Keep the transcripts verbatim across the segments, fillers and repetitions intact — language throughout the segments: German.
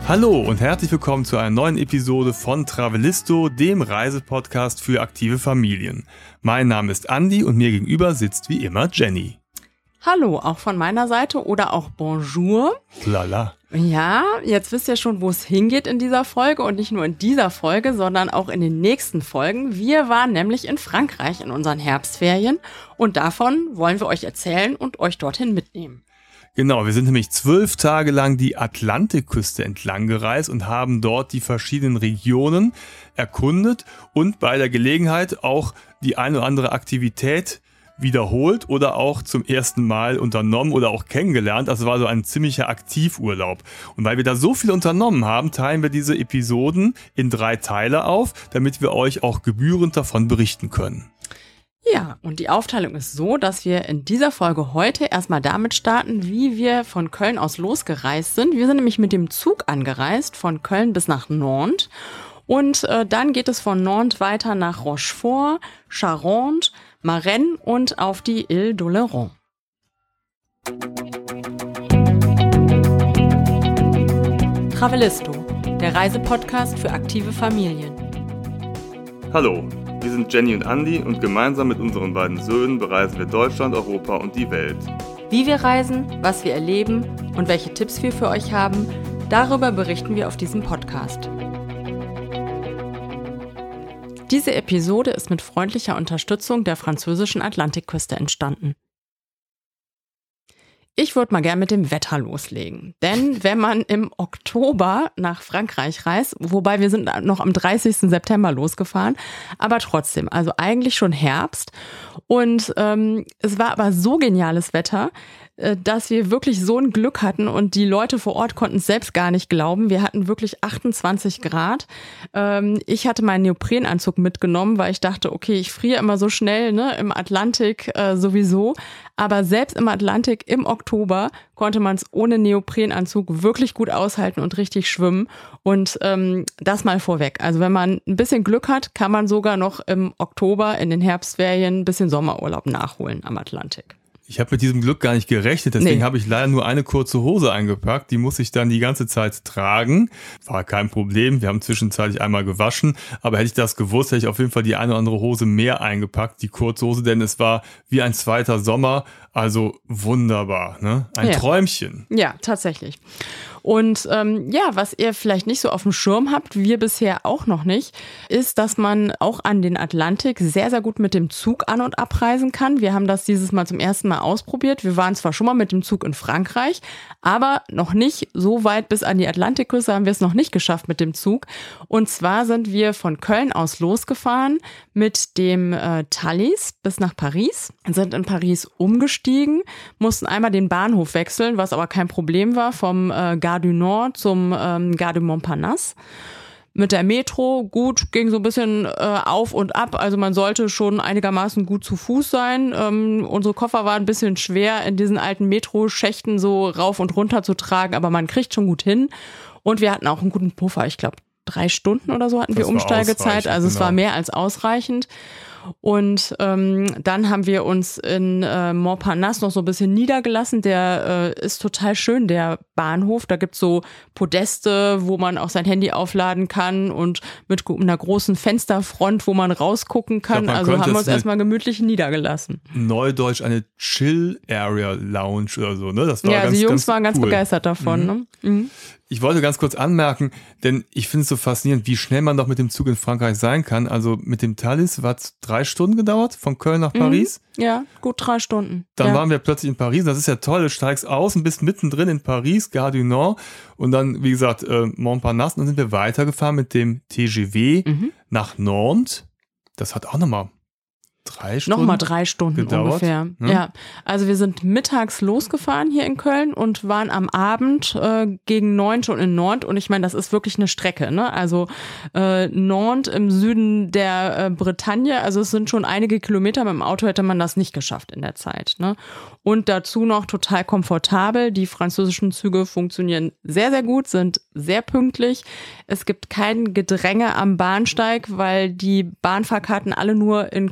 Hallo und herzlich willkommen zu einer neuen Episode von Travelisto, dem Reisepodcast für aktive Familien. Mein Name ist Andi und mir gegenüber sitzt wie immer Jenny. Hallo, auch von meiner Seite oder auch Bonjour. Lala. Ja, jetzt wisst ihr schon, wo es hingeht in dieser Folge und nicht nur in dieser Folge, sondern auch in den nächsten Folgen. Wir waren nämlich in Frankreich in unseren Herbstferien und davon wollen wir euch erzählen und euch dorthin mitnehmen. Genau, wir sind nämlich zwölf Tage lang die Atlantikküste entlang gereist und haben dort die verschiedenen Regionen erkundet und bei der Gelegenheit auch die eine oder andere Aktivität wiederholt oder auch zum ersten Mal unternommen oder auch kennengelernt. Das war so ein ziemlicher Aktivurlaub. Und weil wir da so viel unternommen haben, teilen wir diese Episoden in drei Teile auf, damit wir euch auch gebührend davon berichten können. Ja, und die Aufteilung ist so, dass wir in dieser Folge heute erstmal damit starten, wie wir von Köln aus losgereist sind. Wir sind nämlich mit dem Zug angereist, von Köln bis nach Nantes. Und äh, dann geht es von Nantes weiter nach Rochefort, Charente, Marennes und auf die Ile d'Oléron. Travelisto, der Reisepodcast für aktive Familien. Hallo. Wir sind Jenny und Andi und gemeinsam mit unseren beiden Söhnen bereisen wir Deutschland, Europa und die Welt. Wie wir reisen, was wir erleben und welche Tipps wir für euch haben, darüber berichten wir auf diesem Podcast. Diese Episode ist mit freundlicher Unterstützung der französischen Atlantikküste entstanden. Ich würde mal gerne mit dem Wetter loslegen, denn wenn man im Oktober nach Frankreich reist, wobei wir sind noch am dreißigsten September losgefahren, aber trotzdem, also eigentlich schon Herbst und ähm, es war aber so geniales Wetter, äh, dass wir wirklich so ein Glück hatten und die Leute vor Ort konnten es selbst gar nicht glauben. Wir hatten wirklich achtundzwanzig Grad. Ähm, ich hatte meinen Neoprenanzug mitgenommen, weil ich dachte, okay, ich friere immer so schnell, ne, im Atlantik äh, sowieso. Aber selbst im Atlantik im Oktober konnte man es ohne Neoprenanzug wirklich gut aushalten und richtig schwimmen. Und ähm, das mal vorweg. Also wenn man ein bisschen Glück hat, kann man sogar noch im Oktober in den Herbstferien ein bisschen Sommerurlaub nachholen am Atlantik. Ich habe mit diesem Glück gar nicht gerechnet, deswegen Nee. habe ich leider nur eine kurze Hose eingepackt. Die muss ich dann die ganze Zeit tragen. War kein Problem, wir haben zwischenzeitlich einmal gewaschen. Aber hätte ich das gewusst, hätte ich auf jeden Fall die eine oder andere Hose mehr eingepackt, die Kurzhose. Denn es war wie ein zweiter Sommer, also wunderbar, ne? Ein Ja. Träumchen. Ja, tatsächlich. Und ähm, ja, was ihr vielleicht nicht so auf dem Schirm habt, wir bisher auch noch nicht, ist, dass man auch an den Atlantik sehr, sehr gut mit dem Zug an- und abreisen kann. Wir haben das dieses Mal zum ersten Mal ausprobiert. Wir waren zwar schon mal mit dem Zug in Frankreich, aber noch nicht so weit bis an die Atlantikküste haben wir es noch nicht geschafft mit dem Zug. Und zwar sind wir von Köln aus losgefahren mit dem äh, Thalys bis nach Paris, sind in Paris umgestiegen, mussten einmal den Bahnhof wechseln, was aber kein Problem war, vom äh, Gare du Nord zum ähm, Gare du Montparnasse. Mit der Metro, gut, ging so ein bisschen äh, auf und ab, also man sollte schon einigermaßen gut zu Fuß sein. Ähm, unsere Koffer waren ein bisschen schwer in diesen alten Metro-Schächten so rauf und runter zu tragen, aber man kriegt schon gut hin. Und wir hatten auch einen guten Puffer, ich glaube drei Stunden oder so hatten Das wir war Umsteigezeit, ausreichend, also es genau. war mehr als ausreichend. Und ähm, dann haben wir uns in äh, Montparnasse noch so ein bisschen niedergelassen. Der äh, ist total schön, der Bahnhof. Da gibt's so Podeste, wo man auch sein Handy aufladen kann und mit einer großen Fensterfront, wo man rausgucken kann. Ich glaub, man also könnte haben wir es uns eine- erstmal gemütlich niedergelassen. Neudeutsch eine Chill-Area-Lounge oder so, ne? Das war Ja, ganz, die Jungs ganz waren ganz cool. begeistert davon. Ne? Mhm. Ich wollte ganz kurz anmerken, denn ich finde es so faszinierend, wie schnell man doch mit dem Zug in Frankreich sein kann. Also mit dem Thalys hat es drei Stunden gedauert, von Köln nach Paris. Ja, gut drei Stunden. Dann ja. waren wir plötzlich in Paris. Das ist ja toll, du steigst aus und bist mittendrin in Paris, Gare du Nord. Und dann, wie gesagt, äh, Montparnasse. Und dann sind wir weitergefahren mit dem T G V Mhm. nach Nantes. Das hat auch nochmal drei Stunden Nochmal drei Stunden gedauert, ungefähr. ne? Ja, also wir sind mittags losgefahren hier in Köln und waren am Abend äh, gegen neun schon in Nantes. Und ich meine, das ist wirklich eine Strecke, ne? Also äh, Nantes im Süden der äh, Bretagne, also es sind schon einige Kilometer. Mit dem Auto hätte man das nicht geschafft in der Zeit, ne? Und dazu noch total komfortabel. Die französischen Züge funktionieren sehr, sehr gut, sind sehr pünktlich. Es gibt kein Gedränge am Bahnsteig, weil die Bahnfahrkarten alle nur in Kombination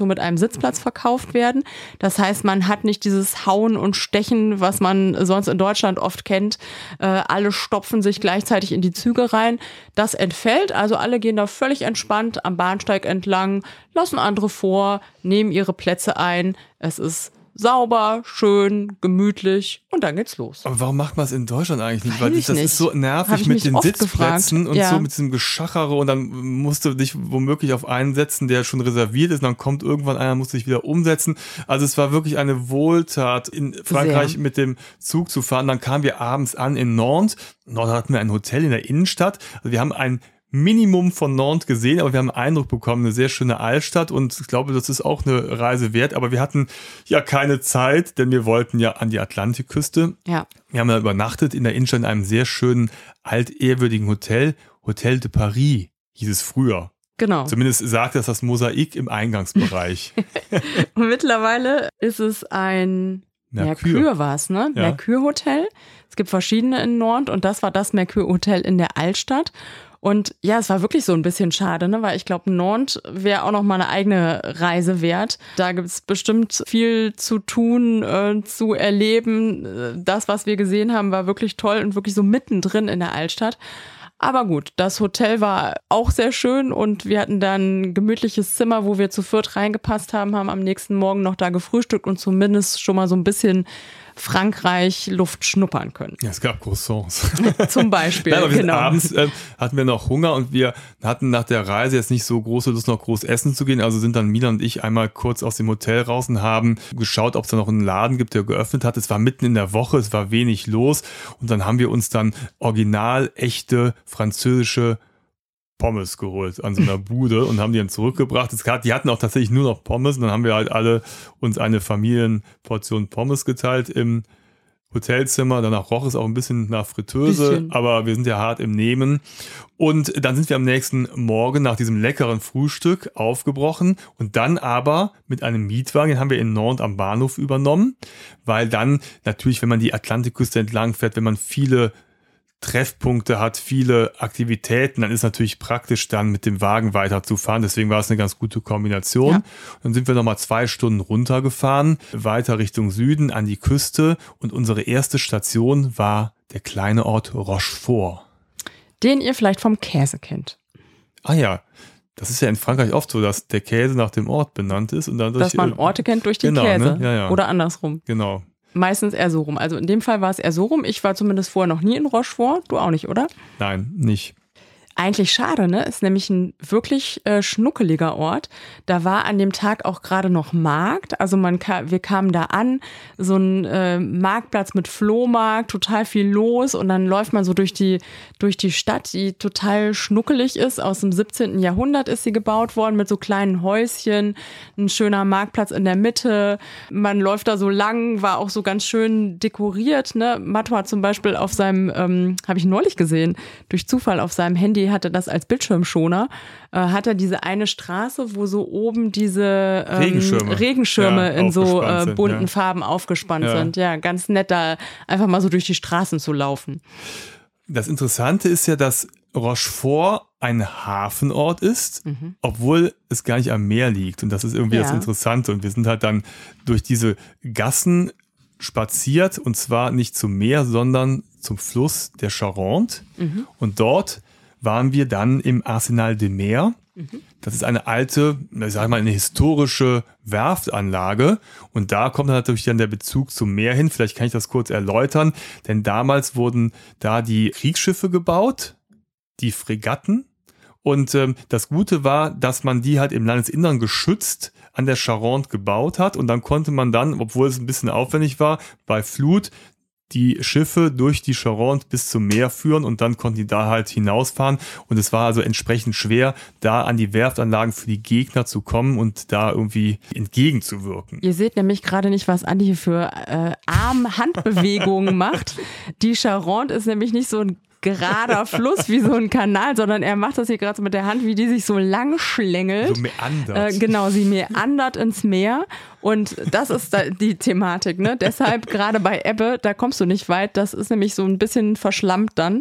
Auto mit einem Sitzplatz verkauft werden. Das heißt, man hat nicht dieses Hauen und Stechen, was man sonst in Deutschland oft kennt. Äh, alle stopfen sich gleichzeitig in die Züge rein. Das entfällt, also alle gehen da völlig entspannt am Bahnsteig entlang, lassen andere vor, nehmen ihre Plätze ein. Es ist sauber, schön, gemütlich und dann geht's los. Aber warum macht man es in Deutschland eigentlich nicht? Weiß Weil ich das nicht. ist so nervig mit den Sitzplätzen gefragt. und ja. so mit diesem Geschachere und dann musst du dich womöglich auf einen setzen, der schon reserviert ist und dann kommt irgendwann einer, muss sich wieder umsetzen. Also es war wirklich eine Wohltat, in Frankreich Sehr. mit dem Zug zu fahren. Dann kamen wir abends an in Nantes. Dort hatten wir ein Hotel in der Innenstadt. Also wir haben ein Minimum von Nantes gesehen, aber wir haben einen Eindruck bekommen, eine sehr schöne Altstadt und ich glaube, das ist auch eine Reise wert, aber wir hatten ja keine Zeit, denn wir wollten ja an die Atlantikküste. Ja. Wir haben da übernachtet in der Innenstadt in einem sehr schönen, altehrwürdigen Hotel, Hotel de Paris hieß es früher. Genau. Zumindest sagt das das Mosaik im Eingangsbereich. Und mittlerweile ist es ein Mercure, Mercure war es, ne? Ja. Mercure Hotel. Es gibt verschiedene in Nantes und das war das Mercure Hotel in der Altstadt. Und ja, es war wirklich so ein bisschen schade, ne? Weil ich glaube, Nantes wäre auch noch mal eine eigene Reise wert. Da gibt es bestimmt viel zu tun, äh, zu erleben. Das, was wir gesehen haben, war wirklich toll und wirklich so mittendrin in der Altstadt. Aber gut, das Hotel war auch sehr schön und wir hatten dann ein gemütliches Zimmer, wo wir zu viert reingepasst haben, haben am nächsten Morgen noch da gefrühstückt und zumindest schon mal so ein bisschen Frankreich Luft schnuppern können. Ja, es gab Croissants. Zum Beispiel, Nein, aber wir genau. Abends äh, hatten wir noch Hunger und wir hatten nach der Reise jetzt nicht so große Lust, noch groß essen zu gehen. Also sind dann Milan und ich einmal kurz aus dem Hotel raus und haben geschaut, ob es da noch einen Laden gibt, der geöffnet hat. Es war mitten in der Woche, es war wenig los und dann haben wir uns dann original echte französische Pommes geholt an so einer Bude und haben die dann zurückgebracht. Die hatten auch tatsächlich nur noch Pommes und dann haben wir halt alle uns eine Familienportion Pommes geteilt im Hotelzimmer. Danach roch es auch ein bisschen nach Fritteuse, bisschen. Aber wir sind ja hart im Nehmen. Und dann sind wir am nächsten Morgen nach diesem leckeren Frühstück aufgebrochen und dann aber mit einem Mietwagen, den haben wir in Nantes am Bahnhof übernommen, weil dann natürlich, wenn man die Atlantikküste entlang fährt, wenn man viele Treffpunkte hat, viele Aktivitäten, dann ist natürlich praktisch dann mit dem Wagen weiterzufahren. Deswegen war es eine ganz gute Kombination. Ja. Dann sind wir nochmal zwei Stunden runtergefahren, weiter Richtung Süden an die Küste und unsere erste Station war der kleine Ort Rochefort. Den ihr vielleicht vom Käse kennt. Ah ja, das ist ja in Frankreich oft so, dass der Käse nach dem Ort benannt ist. Und dann dass man Orte kennt durch den genau, Käse ne? ja, ja. oder andersrum. Genau. Meistens eher so rum. Also in dem Fall war es eher so rum. Ich war zumindest vorher noch nie in Rochefort. Du auch nicht, oder? Nein, nicht. Eigentlich schade, ne? Ist nämlich ein wirklich äh, schnuckeliger Ort. Da war an dem Tag auch gerade noch Markt. Also man kam, wir kamen da an, so ein äh, Marktplatz mit Flohmarkt, total viel los und dann läuft man so durch die durch die Stadt, die total schnuckelig ist. Aus dem siebzehnten Jahrhundert ist sie gebaut worden mit so kleinen Häuschen, ein schöner Marktplatz in der Mitte. Man läuft da so lang, war auch so ganz schön dekoriert, ne? Matto hat zum Beispiel auf seinem, ähm, habe ich neulich gesehen, durch Zufall auf seinem Handy hatte das als Bildschirmschoner, äh, hat er diese eine Straße, wo so oben diese ähm, Regenschirme, Regenschirme ja, in so äh, bunten ja. Farben aufgespannt ja. sind. Ja, ganz nett, da einfach mal so durch die Straßen zu laufen. Das Interessante ist ja, dass Rochefort ein Hafenort ist, mhm. obwohl es gar nicht am Meer liegt. Und das ist irgendwie ja. das Interessante. Und wir sind halt dann durch diese Gassen spaziert und zwar nicht zum Meer, sondern zum Fluss der Charente. Mhm. Und dort waren wir dann im Arsenal de Mer. Mhm. Das ist eine alte, ich sag mal, eine historische Werftanlage. Und da kommt natürlich dann der Bezug zum Meer hin. Vielleicht kann ich das kurz erläutern. Denn damals wurden da die Kriegsschiffe gebaut, die Fregatten. Und ähm, das Gute war, dass man die halt im Landesinnern geschützt an der Charente gebaut hat. Und dann konnte man dann, obwohl es ein bisschen aufwendig war, bei Flut die Schiffe durch die Charente bis zum Meer führen und dann konnten die da halt hinausfahren. Und es war also entsprechend schwer, da an die Werftanlagen für die Gegner zu kommen und da irgendwie entgegenzuwirken. Ihr seht nämlich gerade nicht, was Andi hier für äh, Arm-Handbewegungen macht. Die Charente ist nämlich nicht so ein gerader Fluss wie so ein Kanal, sondern er macht das hier gerade so mit der Hand, wie die sich so lang schlängelt. So meandert. Äh, genau, sie meandert ins Meer und das ist da die Thematik, ne? Deshalb gerade bei Ebbe, da kommst du nicht weit, das ist nämlich so ein bisschen verschlammt dann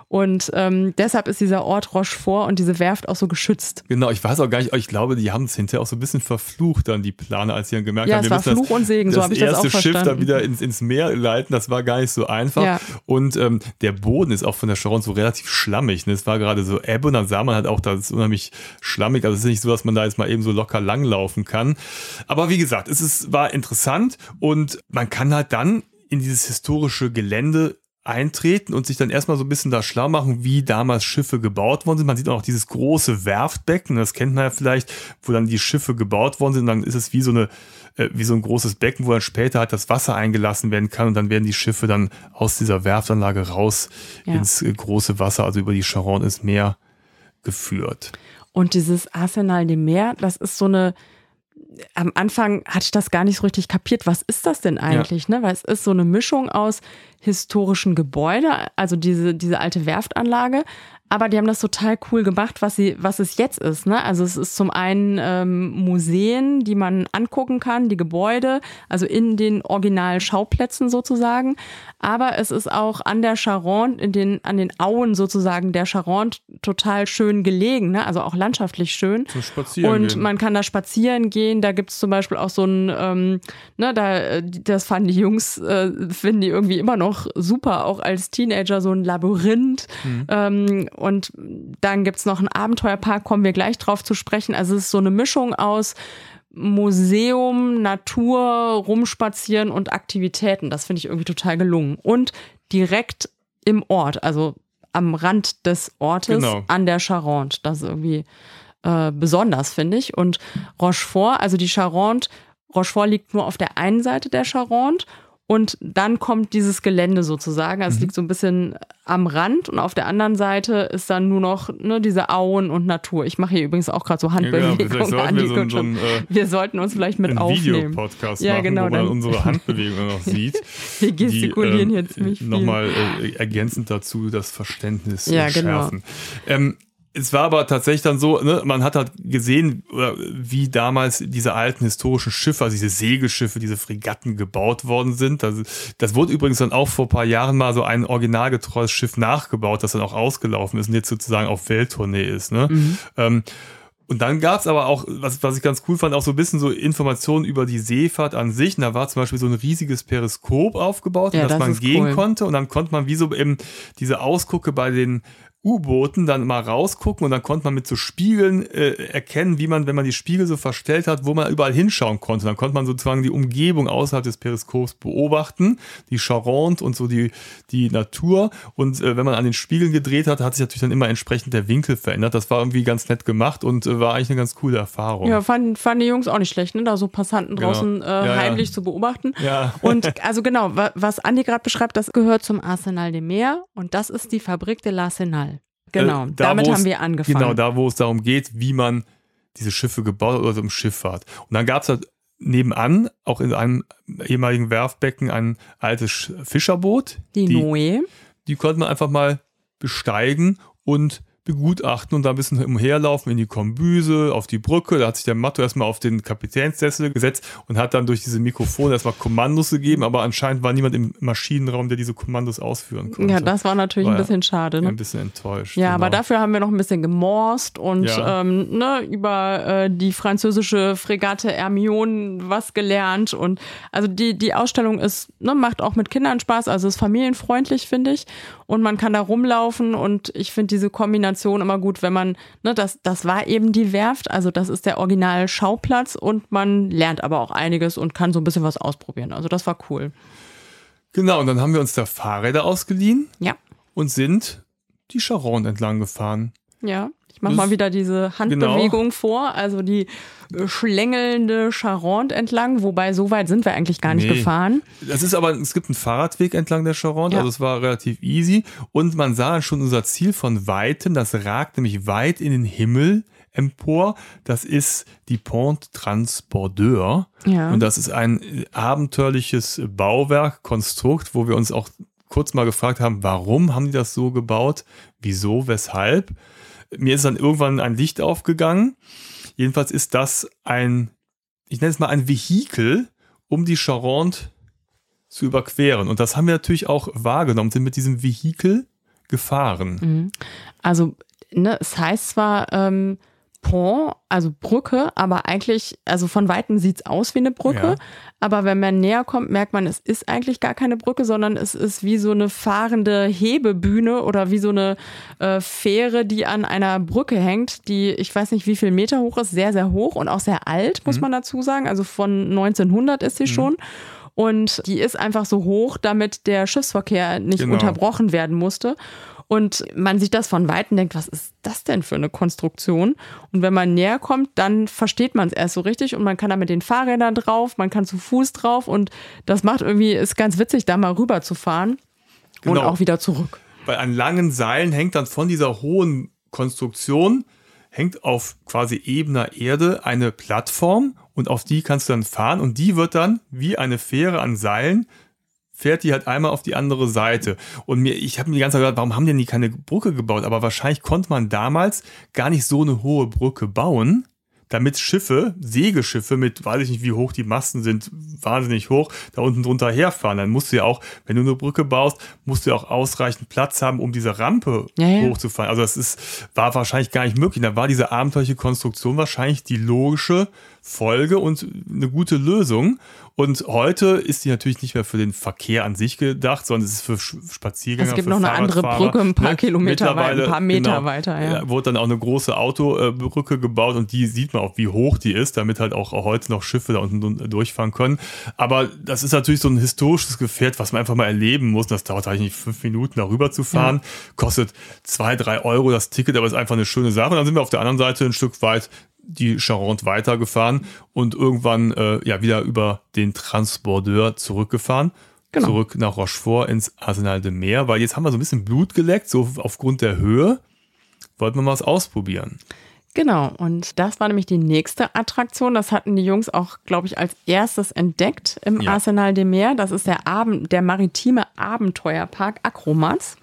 Und ähm, deshalb ist dieser Ort Rochefort und diese Werft auch so geschützt. Genau, ich weiß auch gar nicht, ich glaube, die haben es hinterher auch so ein bisschen verflucht dann, die Planer, als sie dann gemerkt ja, haben, wir es war müssen Fluch das, und Segen, so habe ich das auch erste verstanden. Schiff da wieder ins, ins Meer leiten, das war gar nicht so einfach. Ja. Und ähm, der Boden ist auch von der Charente so relativ schlammig. Ne? Es war gerade so Ebbe und dann sah man halt auch, das ist unheimlich schlammig. Also es ist nicht so, dass man da jetzt mal eben so locker langlaufen kann. Aber wie gesagt, es ist, war interessant und man kann halt dann in dieses historische Gelände eintreten und sich dann erstmal so ein bisschen da schlau machen, wie damals Schiffe gebaut worden sind. Man sieht auch dieses große Werftbecken, das kennt man ja vielleicht, wo dann die Schiffe gebaut worden sind und dann ist es wie so eine äh, wie so ein großes Becken, wo dann später halt das Wasser eingelassen werden kann und dann werden die Schiffe dann aus dieser Werftanlage raus ja. ins äh, große Wasser, also über die Charente ins Meer geführt. Und dieses Arsenal de Mer, das ist so eine am Anfang hatte ich das gar nicht so richtig kapiert. Was ist das denn eigentlich? Ja. Ne? Weil es ist so eine Mischung aus historischen Gebäuden, also diese, diese alte Werftanlage. Aber die haben das total cool gemacht, was sie, was es jetzt ist. Ne? Also es ist zum einen ähm, Museen, die man angucken kann, die Gebäude, also in den Original-Schauplätzen sozusagen. Aber es ist auch an der Charente, in den, an den Auen sozusagen der Charente total schön gelegen, ne? Also auch landschaftlich schön. Zum Spazieren Und gehen. man kann da spazieren gehen. Da gibt es zum Beispiel auch so ein, ähm, ne, da, das fanden die Jungs, äh, finden die irgendwie immer noch super, auch als Teenager, so ein Labyrinth. Mhm. Ähm, Und dann gibt es noch einen Abenteuerpark, kommen wir gleich drauf zu sprechen. Also es ist so eine Mischung aus Museum, Natur, Rumspazieren und Aktivitäten. Das finde ich irgendwie total gelungen. Und direkt im Ort, also am Rand des Ortes, genau. An der Charente. Das ist irgendwie äh, besonders, finde ich. Und Rochefort, also die Charente, Rochefort liegt nur auf der einen Seite der Charente. Und dann kommt dieses Gelände sozusagen. Also es liegt so ein bisschen am Rand und auf der anderen Seite ist dann nur noch ne, diese Auen und Natur. Ich mache hier übrigens auch gerade so Handbewegungen. Ja, genau. Sollten wir, so ein, so ein, äh, wir sollten uns vielleicht mit einen aufnehmen. Einen Videopodcast ja, machen, genau, wo man unsere Handbewegungen noch sieht. Wir gestikulieren die, ähm, hier ziemlich viel. Nochmal äh, ergänzend dazu das Verständnis ja, schärfen. Genau. Ähm, Es war aber tatsächlich dann so, ne, man hat halt gesehen, wie damals diese alten historischen Schiffe, also diese Segelschiffe, diese Fregatten gebaut worden sind. Das, das wurde übrigens dann auch vor ein paar Jahren mal so ein originalgetreues Schiff nachgebaut, das dann auch ausgelaufen ist und jetzt sozusagen auf Welttournee ist. Ne? Mhm. Ähm, und dann gab es aber auch, was, was ich ganz cool fand, auch so ein bisschen so Informationen über die Seefahrt an sich. Und da war zum Beispiel so ein riesiges Periskop aufgebaut, ja, in das, das man gehen cool. konnte. Und dann konnte man wie so eben diese Ausgucke bei den U-Booten dann mal rausgucken und dann konnte man mit so Spiegeln äh, erkennen, wie man, wenn man die Spiegel so verstellt hat, wo man überall hinschauen konnte. Dann konnte man sozusagen die Umgebung außerhalb des Periskops beobachten, die Charente und so die, die Natur. Und äh, wenn man an den Spiegeln gedreht hat, hat sich natürlich dann immer entsprechend der Winkel verändert. Das war irgendwie ganz nett gemacht und äh, war eigentlich eine ganz coole Erfahrung. Ja, fanden, fanden die Jungs auch nicht schlecht, ne? Da so Passanten genau. draußen äh, ja, heimlich ja. zu beobachten. Ja. Und also genau, was Andi gerade beschreibt, das gehört zum Arsenal de Mer und das ist die Fabrique de l'Arsenal. Genau, äh, da, damit haben wir angefangen. Genau, da wo es darum geht, wie man diese Schiffe gebaut hat oder so im Schifffahrt. Und dann gab es halt nebenan, auch in einem ehemaligen Werftbecken, ein altes Fischerboot. Die, die Noé. Die konnte man einfach mal besteigen und begutachten und da ein bisschen umherlaufen in die Kombüse, auf die Brücke. Da hat sich der Matto erstmal auf den Kapitänssessel gesetzt und hat dann durch diese Mikrofone erstmal Kommandos gegeben, aber anscheinend war niemand im Maschinenraum, der diese Kommandos ausführen konnte. Ja, das war natürlich war ein bisschen schade. Ne? Ein bisschen enttäuscht. Ja, genau. Aber dafür haben wir noch ein bisschen gemorst und ja. ähm, ne, über äh, die französische Fregatte Hermione was gelernt. Und also die, die Ausstellung ist, ne, macht auch mit Kindern Spaß, also ist familienfreundlich, finde ich. Und man kann da rumlaufen und ich finde diese Kombination immer gut, wenn man, ne, das, das war eben die Werft, also das ist der Original-Schauplatz und man lernt aber auch einiges und kann so ein bisschen was ausprobieren. Also das war cool. Genau, und dann haben wir uns da Fahrräder ausgeliehen ja. und sind die Charente entlang gefahren. Ja, ich mache mal wieder diese Handbewegung genau. vor, also die schlängelnde Charente entlang, wobei so weit sind wir eigentlich gar nicht nee. gefahren. Das ist aber, es gibt einen Fahrradweg entlang der Charente, ja. also es war relativ easy und man sah schon unser Ziel von Weitem, das ragt nämlich weit in den Himmel empor. Das ist die Pont Transporteur ja. und das ist ein abenteuerliches Bauwerk, Konstrukt, wo wir uns auch kurz mal gefragt haben, warum haben die das so gebaut, wieso, weshalb. Mir ist dann irgendwann ein Licht aufgegangen. Jedenfalls ist das ein, ich nenne es mal ein Vehikel, um die Charente zu überqueren. Und das haben wir natürlich auch wahrgenommen, sind mit diesem Vehikel gefahren? Also, ne, es heißt zwar ähm, Pont, also Brücke, aber eigentlich, also von Weitem sieht es aus wie eine Brücke, Ja. aber wenn man näher kommt, merkt man, es ist eigentlich gar keine Brücke, sondern es ist wie so eine fahrende Hebebühne oder wie so eine äh, Fähre, die an einer Brücke hängt, die, ich weiß nicht, wie viel Meter hoch ist, sehr, sehr hoch und auch sehr alt, muss mhm. man dazu sagen, also von neunzehnhundert ist sie mhm. schon. Und die ist einfach so hoch, damit der Schiffsverkehr nicht genau. unterbrochen werden musste. Und man sieht das von Weitem und denkt, was ist das denn für eine Konstruktion? Und wenn man näher kommt, dann versteht man es erst so richtig und man kann da mit den Fahrrädern drauf, man kann zu Fuß drauf und das macht irgendwie, ist ganz witzig, da mal rüber zu fahren genau. und auch wieder zurück. Weil an langen Seilen hängt dann von dieser hohen Konstruktion, hängt auf quasi ebener Erde eine Plattform und auf die kannst du dann fahren und die wird dann wie eine Fähre an Seilen fährt die halt einmal auf die andere Seite. Und mir, ich habe mir die ganze Zeit gedacht, warum haben die denn nie keine Brücke gebaut? Aber wahrscheinlich konnte man damals gar nicht so eine hohe Brücke bauen, damit Schiffe, Segelschiffe mit, weiß ich nicht, wie hoch die Masten sind, wahnsinnig hoch, da unten drunter herfahren. Dann musst du ja auch, wenn du eine Brücke baust, musst du ja auch ausreichend Platz haben, um diese Rampe ja, ja. hochzufahren. Also das ist, war wahrscheinlich gar nicht möglich. Da war diese abenteuerliche Konstruktion wahrscheinlich die logische Folge und eine gute Lösung. Und heute ist die natürlich nicht mehr für den Verkehr an sich gedacht, sondern es ist für Spaziergänger, es gibt für noch eine andere Brücke, ein paar ne? Kilometer weiter, ein paar Meter genau, weiter. Ja. Wurde dann auch eine große Autobrücke gebaut und die sieht man auch, wie hoch die ist, damit halt auch heute noch Schiffe da unten durchfahren können. Aber das ist natürlich so ein historisches Gefährt, was man einfach mal erleben muss. Das dauert eigentlich nicht fünf Minuten, da rüber zu fahren. Ja. Kostet zwei, drei Euro das Ticket, aber ist einfach eine schöne Sache. Und dann sind wir auf der anderen Seite ein Stück weit die Charente weitergefahren und irgendwann äh, ja wieder über den Transbordeur zurückgefahren. Genau. Zurück nach Rochefort ins Arsenal de Mer, weil jetzt haben wir so ein bisschen Blut geleckt, so aufgrund der Höhe. Wollten wir mal was ausprobieren. Genau, und das war nämlich die nächste Attraktion. Das hatten die Jungs auch, glaube ich, als erstes entdeckt im ja. Arsenal de Mer. Das ist der, Abend, der maritime Abenteuerpark Acromaz.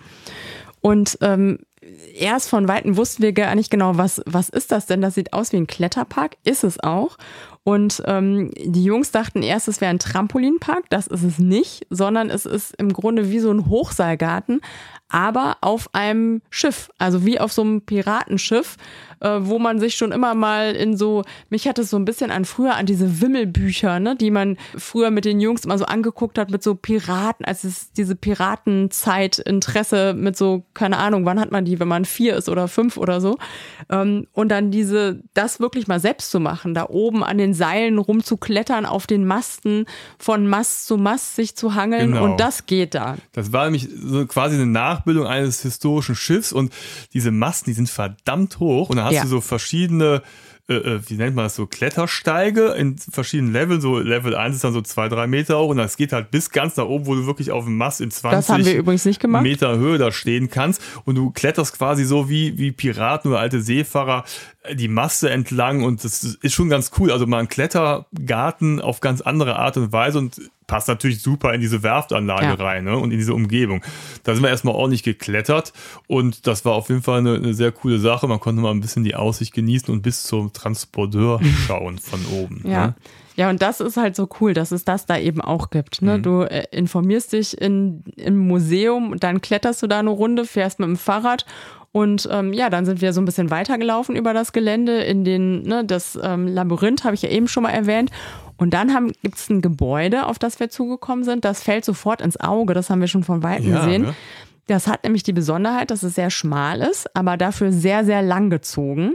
Und ähm, erst von Weitem wussten wir gar nicht genau, was, was ist das denn? Das sieht aus wie ein Kletterpark, ist es auch. Und ähm, die Jungs dachten erst, es wäre ein Trampolinpark. Das ist es nicht, sondern es ist im Grunde wie so ein Hochseilgarten, aber auf einem Schiff, also wie auf so einem Piratenschiff, äh, wo man sich schon immer mal in so, mich hat es so ein bisschen an früher, an diese Wimmelbücher, ne, die man früher mit den Jungs immer so angeguckt hat, mit so Piraten, als es diese Piratenzeit, Interesse mit so, keine Ahnung, wann hat man die, wenn man vier ist oder fünf oder so. Ähm, und dann diese, das wirklich mal selbst zu machen, da oben an den Seilen rumzuklettern, auf den Masten, von Mast zu Mast sich zu hangeln genau. Und das geht da. Das war nämlich so quasi eine Nachbildung eines historischen Schiffs und diese Masten, die sind verdammt hoch und da hast ja. du so verschiedene, äh, wie nennt man das, so Klettersteige in verschiedenen Leveln, so Level eins ist dann so zwei, drei Meter hoch und das geht halt bis ganz nach oben, wo du wirklich auf dem Mast in zwanzig Meter Höhe da stehen kannst und du kletterst quasi so wie, wie Piraten oder alte Seefahrer die Maste entlang und das ist schon ganz cool, also mal ein Klettergarten auf ganz andere Art und Weise und passt natürlich super in diese Werftanlage ja. rein, ne? Und in diese Umgebung. Da sind wir erstmal ordentlich geklettert und das war auf jeden Fall eine, eine sehr coole Sache. Man konnte mal ein bisschen die Aussicht genießen und bis zum Transporteur schauen von oben. Ja. Ne? Ja, und das ist halt so cool, dass es das da eben auch gibt. Ne? Mhm. Du äh, informierst dich in, im Museum, dann kletterst du da eine Runde, fährst mit dem Fahrrad und ähm, ja, dann sind wir so ein bisschen weitergelaufen über das Gelände in den, ne, das ähm, Labyrinth, habe ich ja eben schon mal erwähnt. Und dann gibt es ein Gebäude, auf das wir zugekommen sind. Das fällt sofort ins Auge, das haben wir schon von Weitem ja, gesehen. Ne? Das hat nämlich die Besonderheit, dass es sehr schmal ist, aber dafür sehr, sehr lang gezogen.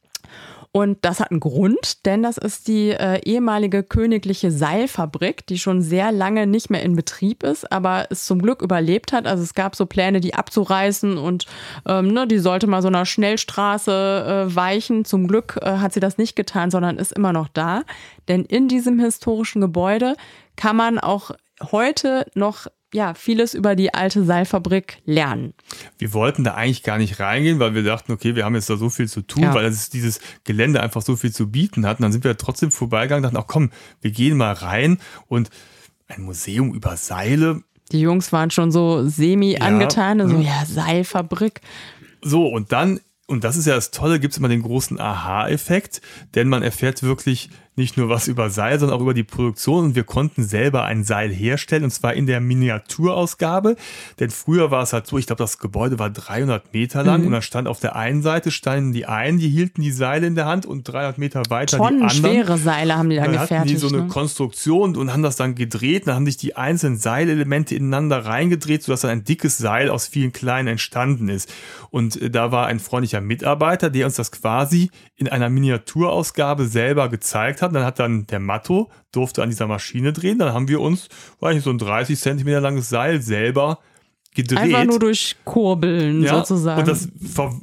Und das hat einen Grund, denn das ist die äh, ehemalige königliche Seilfabrik, die schon sehr lange nicht mehr in Betrieb ist, aber es zum Glück überlebt hat. Also es gab so Pläne, die abzureißen und ähm, ne, die sollte mal so einer Schnellstraße äh, weichen. Zum Glück äh, hat sie das nicht getan, sondern ist immer noch da. Denn in diesem historischen Gebäude kann man auch heute noch ja, vieles über die alte Seilfabrik lernen. Wir wollten da eigentlich gar nicht reingehen, weil wir dachten, okay, wir haben jetzt da so viel zu tun, ja. weil das dieses Gelände einfach so viel zu bieten hat. Und dann sind wir trotzdem vorbeigegangen und dachten, ach komm, wir gehen mal rein und ein Museum über Seile. Die Jungs waren schon so semi angetan, ja. so ja, Seilfabrik. So, und dann, und das ist ja das Tolle, gibt es immer den großen Aha-Effekt, denn man erfährt wirklich nicht nur was über Seil, sondern auch über die Produktion und wir konnten selber ein Seil herstellen und zwar in der Miniaturausgabe, denn früher war es halt so, ich glaube, das Gebäude war dreihundert Meter lang mhm. und da stand auf der einen Seite standen die einen, die hielten die Seile in der Hand und dreihundert Meter weiter die anderen. Schwere Seile haben die dann, dann gefertigt. Hatten die so eine ne? Konstruktion und haben das dann gedreht, dann haben sich die einzelnen Seilelemente ineinander reingedreht, sodass dann ein dickes Seil aus vielen kleinen entstanden ist. Und äh, da war ein freundlicher Mitarbeiter, der uns das quasi in einer Miniaturausgabe selber gezeigt hat. Dann hat dann der Matto, durfte an dieser Maschine drehen, dann haben wir uns, weiß nicht, so ein dreißig Zentimeter langes Seil selber gedreht. Einfach nur durch Kurbeln ja, sozusagen. Und das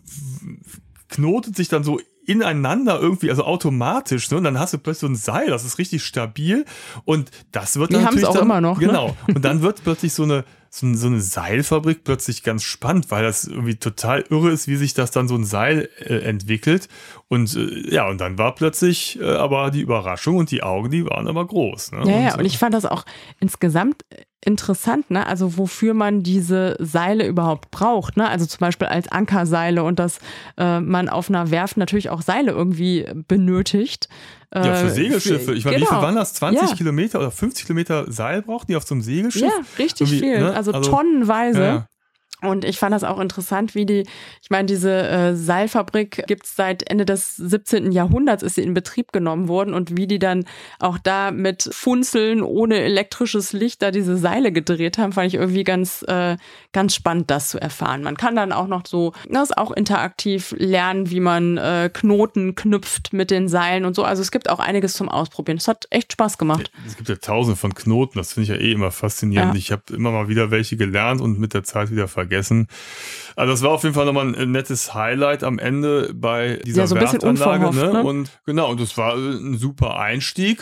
knotet sich dann so ineinander irgendwie, also automatisch, ne? Und dann hast du plötzlich so ein Seil, das ist richtig stabil und das wird dann Die natürlich haben es auch dann, immer noch. Genau. Ne? Und dann wird plötzlich so eine so eine Seilfabrik plötzlich ganz spannend, weil das irgendwie total irre ist, wie sich das dann so ein Seil äh, entwickelt. Und äh, ja, und dann war plötzlich äh, aber die Überraschung und die Augen, die waren aber groß. Ne? Ja, und, ja, und ich fand das auch insgesamt interessant, ne? Also wofür man diese Seile überhaupt braucht, ne? Also zum Beispiel als Ankerseile und dass äh, man auf einer Werft natürlich auch Seile irgendwie benötigt. Ja, für Segelschiffe. Ich meine, genau. Wie viel waren das? zwanzig ja. Kilometer oder fünfzig Kilometer Seil brauchen die auf so einem Segelschiff? Ja, richtig Irgendwie, viel. Ne? Also, also tonnenweise. Ja. Und ich fand das auch interessant, wie die, ich meine, diese äh, Seilfabrik gibt's seit Ende des siebzehnten Jahrhunderts, ist sie in Betrieb genommen worden und wie die dann auch da mit Funzeln ohne elektrisches Licht da diese Seile gedreht haben, fand ich irgendwie ganz, äh, ganz spannend, das zu erfahren. Man kann dann auch noch so, das auch interaktiv lernen, wie man äh, Knoten knüpft mit den Seilen und so. Also es gibt auch einiges zum Ausprobieren. Es hat echt Spaß gemacht. Es gibt ja tausende von Knoten, das finde ich ja eh immer faszinierend. Ja. Ich habe immer mal wieder welche gelernt und mit der Zeit wieder vergessen. Vergessen. Also das war auf jeden Fall nochmal ein nettes Highlight am Ende bei dieser ja, so ein bisschen Werftanlage. Ne? Ne? Und genau, und das war ein super Einstieg.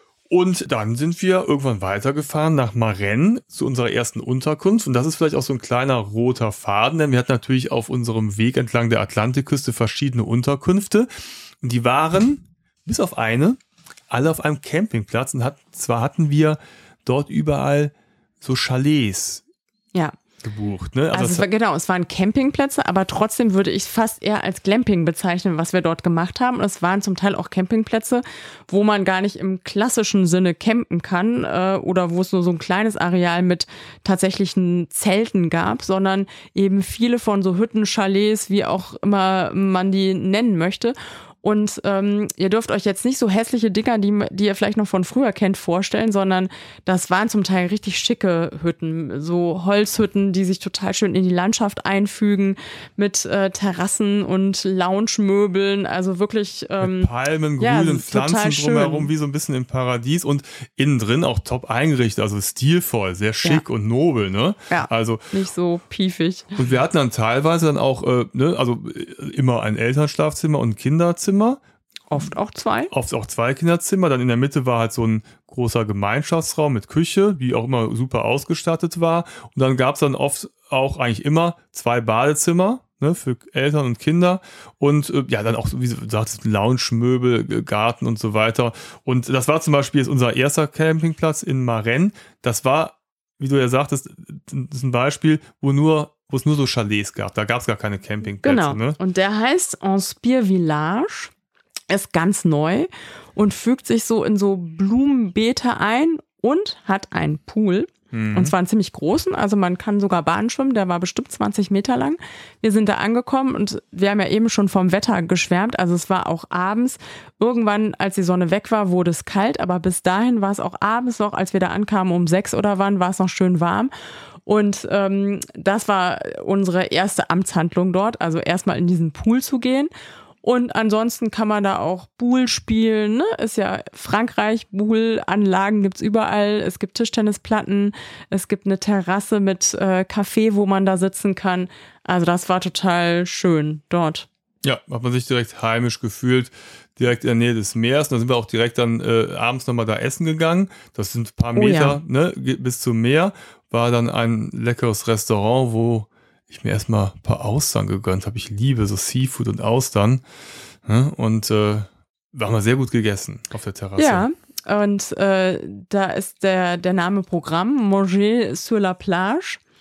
Und dann sind wir irgendwann weitergefahren nach Marennes zu unserer ersten Unterkunft. Und das ist vielleicht auch so ein kleiner roter Faden, denn wir hatten natürlich auf unserem Weg entlang der Atlantikküste verschiedene Unterkünfte. Und die waren, bis auf eine, alle auf einem Campingplatz. Und hat, zwar hatten wir dort überall so Chalets. Ja. gebucht, ne? Also, also es war, genau, es waren Campingplätze, aber trotzdem würde ich es fast eher als Glamping bezeichnen, was wir dort gemacht haben. Und es waren zum Teil auch Campingplätze, wo man gar nicht im klassischen Sinne campen kann äh, oder wo es nur so ein kleines Areal mit tatsächlichen Zelten gab, sondern eben viele von so Hütten, Chalets, wie auch immer man die nennen möchte. Und ähm, ihr dürft euch jetzt nicht so hässliche Dinger, die, die ihr vielleicht noch von früher kennt, vorstellen, sondern das waren zum Teil richtig schicke Hütten, so Holzhütten, die sich total schön in die Landschaft einfügen, mit äh, Terrassen und Lounge-Möbeln, also wirklich ähm, mit Palmen, grünen ja, Pflanzen drumherum, wie so ein bisschen im Paradies und innen drin auch top eingerichtet, also stilvoll, sehr schick ja. und nobel, ne? Ja, also nicht so piefig. Und wir hatten dann teilweise dann auch, äh, ne, also immer ein Elternschlafzimmer und ein Kinderzimmer. Oft auch zwei. Oft auch zwei Kinderzimmer. Dann in der Mitte war halt so ein großer Gemeinschaftsraum mit Küche, die auch immer super ausgestattet war. Und dann gab es dann oft auch eigentlich immer zwei Badezimmer, ne, für Eltern und Kinder. Und äh, ja, dann auch, wie du sagtest, Lounge-Möbel, Garten und so weiter. Und das war zum Beispiel jetzt unser erster Campingplatz in Marennes. Das war, wie du ja sagtest, das ist ein Beispiel, wo nur wo es nur so Chalets gab. Da gab es gar keine Campingplätze. Genau. Ne? Und der heißt Inspire Village, ist ganz neu und fügt sich so in so Blumenbeete ein und hat einen Pool. Mhm. Und zwar einen ziemlich großen, also man kann sogar Bahn schwimmen, der war bestimmt zwanzig Meter lang. Wir sind da angekommen und wir haben ja eben schon vom Wetter geschwärmt, also es war auch abends. Irgendwann, als die Sonne weg war, wurde es kalt, aber bis dahin war es auch abends noch, als wir da ankamen um sechs oder wann, war es noch schön warm. Und ähm, das war unsere erste Amtshandlung dort, also erstmal in diesen Pool zu gehen. Und ansonsten kann man da auch Boule spielen, ne? Ist ja Frankreich, Boule-Anlagen gibt's überall. Es gibt Tischtennisplatten, es gibt eine Terrasse mit äh, Café, wo man da sitzen kann. Also das war total schön dort. Ja, hat man sich direkt heimisch gefühlt, direkt in der Nähe des Meeres. Und da sind wir auch direkt dann äh, abends nochmal da essen gegangen. Das sind ein paar Meter, oh ja. ne, bis zum Meer. War dann ein leckeres Restaurant, wo ich mir erstmal ein paar Austern gegönnt habe. Ich liebe so Seafood und Austern. Ne? Und äh, wir haben sehr gut gegessen auf der Terrasse. Ja, und äh, da ist der, der Name Programm, Manger sur la plage.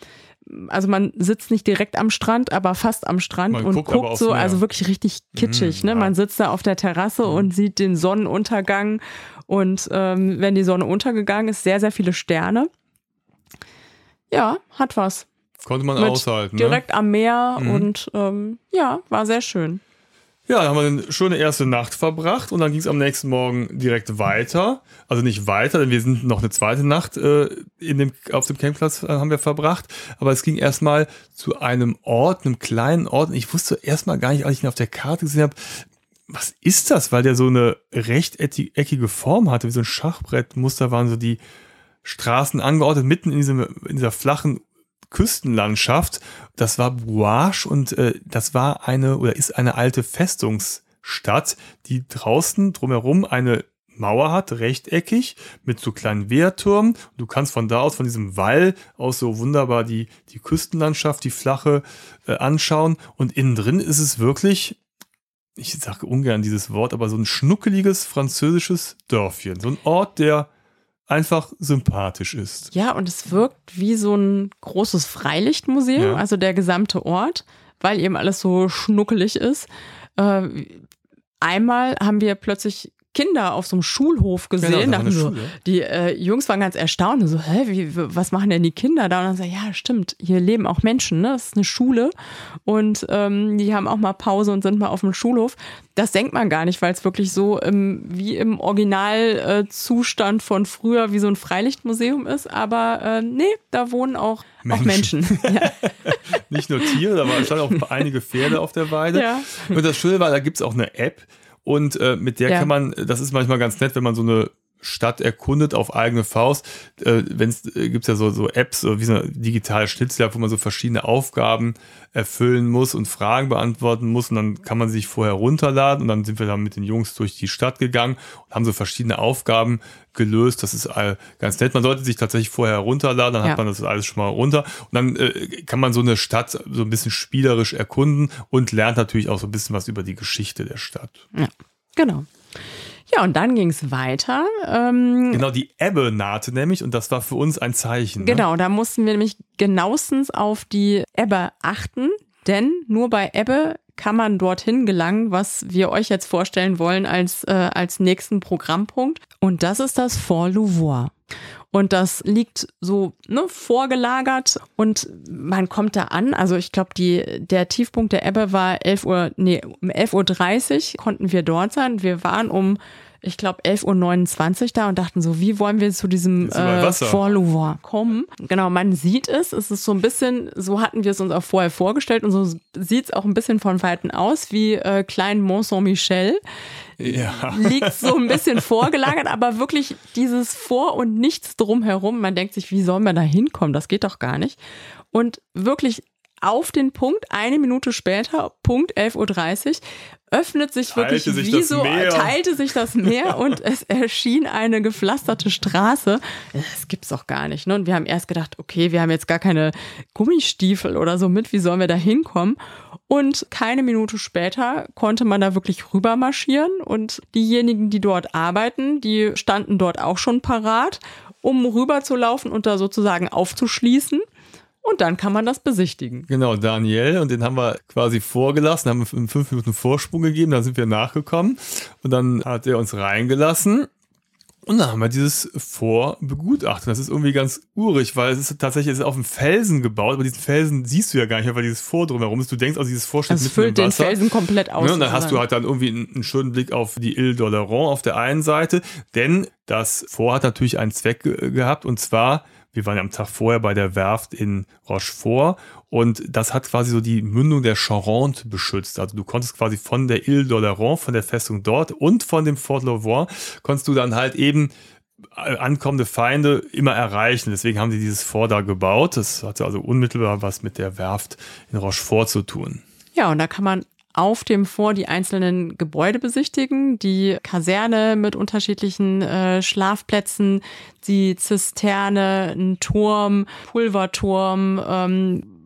also man sitzt nicht direkt am Strand, aber fast am Strand man und guckt, guckt so, Meer. Also wirklich richtig kitschig. Mhm, ne? ja. Man sitzt da auf der Terrasse mhm. und sieht den Sonnenuntergang und ähm, wenn die Sonne untergegangen ist, sehr, sehr viele Sterne. Ja, hat was. Konnte man Mit aushalten. Direkt ne? am Meer mhm. und ähm, ja, war sehr schön. Ja, dann haben wir eine schöne erste Nacht verbracht und dann ging es am nächsten Morgen direkt weiter. Also nicht weiter, denn wir sind noch eine zweite Nacht äh, in dem, auf dem Campingplatz äh, haben wir verbracht. Aber es ging erstmal zu einem Ort, einem kleinen Ort. Und ich wusste erstmal gar nicht, als ich ihn auf der Karte gesehen habe, was ist das? Weil der so eine rechteckige Form hatte, wie so ein Schachbrettmuster waren so die Straßen angeordnet, mitten in, diesem, in dieser flachen Küstenlandschaft. Das war Bouache und äh, das war eine oder ist eine alte Festungsstadt, die draußen drumherum eine Mauer hat, rechteckig, mit so kleinen Wehrtürmen. Du kannst von da aus, von diesem Wall aus so wunderbar die, die Küstenlandschaft, die flache äh, anschauen. Und innen drin ist es wirklich, ich sage ungern dieses Wort, aber so ein schnuckeliges französisches Dörfchen. So ein Ort, der einfach sympathisch ist. Ja, und es wirkt wie so ein großes Freilichtmuseum, ja. also der gesamte Ort, weil eben alles so schnuckelig ist. Äh, einmal haben wir plötzlich Kinder auf so einem Schulhof gesehen. Genau, so, die äh, Jungs waren ganz erstaunt. So, hä, wie, was machen denn die Kinder da? Und dann sagen, ja, stimmt, hier leben auch Menschen, ne? Das ist eine Schule. Und ähm, die haben auch mal Pause und sind mal auf dem Schulhof. Das denkt man gar nicht, weil es wirklich so ähm, wie im Originalzustand äh, von früher, wie so ein Freilichtmuseum ist. Aber äh, nee, da wohnen auch Menschen. Auch Menschen. Ja. Nicht nur Tiere, da waren schon auch einige Pferde auf der Weide. Ja. Und das Schöne war, da gibt es auch eine App. Und äh, mit der ja. kann man, das ist manchmal ganz nett, wenn man so eine Stadt erkundet auf eigene Faust. Äh, wenn's äh, gibt's ja so, so Apps, so wie so eine digitale Schnitzel, wo man so verschiedene Aufgaben erfüllen muss und Fragen beantworten muss. Und dann kann man sich vorher runterladen. Und dann sind wir dann mit den Jungs durch die Stadt gegangen und haben so verschiedene Aufgaben gelöst. Das ist äh, ganz nett. Man sollte sich tatsächlich vorher runterladen, dann ja. hat man das alles schon mal runter. Und dann äh, kann man so eine Stadt so ein bisschen spielerisch erkunden und lernt natürlich auch so ein bisschen was über die Geschichte der Stadt. Ja, genau. Ja, und dann ging es weiter. Ähm, genau, die Ebbe nahte nämlich und das war für uns ein Zeichen. Genau, ne? da mussten wir nämlich genauestens auf die Ebbe achten, denn nur bei Ebbe kann man dorthin gelangen, was wir euch jetzt vorstellen wollen als, äh, als nächsten Programmpunkt. Und das ist das Fort Louvois. Und das liegt so ne, vorgelagert und man kommt da an. Also ich glaube, die der Tiefpunkt der Ebbe war elf Uhr, nee, um elf Uhr dreißig konnten wir dort sein. Wir waren um, ich glaube, elf Uhr neunundzwanzig da und dachten so, wie wollen wir zu diesem äh, Fort Louvois kommen? Genau, man sieht es. Es ist so ein bisschen, so hatten wir es uns auch vorher vorgestellt und so sieht es auch ein bisschen von Weitem aus wie äh, Klein Mont Saint-Michel. Ja. Liegt so ein bisschen vorgelagert, aber wirklich dieses Vor und nichts drumherum. Man denkt sich, wie sollen wir da hinkommen? Das geht doch gar nicht. Und wirklich auf den Punkt, eine Minute später, Punkt elf Uhr dreißig, öffnet sich wirklich teilte sich wie das so, Meer. teilte sich das Meer und es erschien eine gepflasterte Straße. Das gibt's doch gar nicht. Ne? Und wir haben erst gedacht, okay, wir haben jetzt gar keine Gummistiefel oder so mit, wie sollen wir da hinkommen? Und keine Minute später konnte man da wirklich rüber marschieren und diejenigen, die dort arbeiten, die standen dort auch schon parat, um rüber zu laufen und da sozusagen aufzuschließen. Und dann kann man das besichtigen. Genau, Daniel, und den haben wir quasi vorgelassen, haben wir fünf Minuten Vorsprung gegeben, dann sind wir nachgekommen und dann hat er uns reingelassen und dann haben wir dieses Fort begutachtet. Das ist irgendwie ganz urig, weil es ist tatsächlich es ist auf dem Felsen gebaut, aber diesen Felsen siehst du ja gar nicht, weil dieses Fort drumherum ist. Du denkst, also dieses Fort steht mitten im Wasser. Das füllt den Felsen komplett aus. Ja, und dann hast du halt dann irgendwie einen, einen schönen Blick auf die Ile d'Oléron auf der einen Seite, denn das Fort hat natürlich einen Zweck ge- gehabt und zwar wir waren ja am Tag vorher bei der Werft in Rochefort und das hat quasi so die Mündung der Charente beschützt. Also du konntest quasi von der Ile d'Oléron, von der Festung dort und von dem Fort Louvois, konntest du dann halt eben ankommende Feinde immer erreichen. Deswegen haben sie dieses Fort da gebaut. Das hatte also unmittelbar was mit der Werft in Rochefort zu tun. Ja, und da kann man auf dem Fort die einzelnen Gebäude besichtigen, die Kaserne mit unterschiedlichen äh, Schlafplätzen, die Zisterne, ein Turm, Pulverturm, ähm,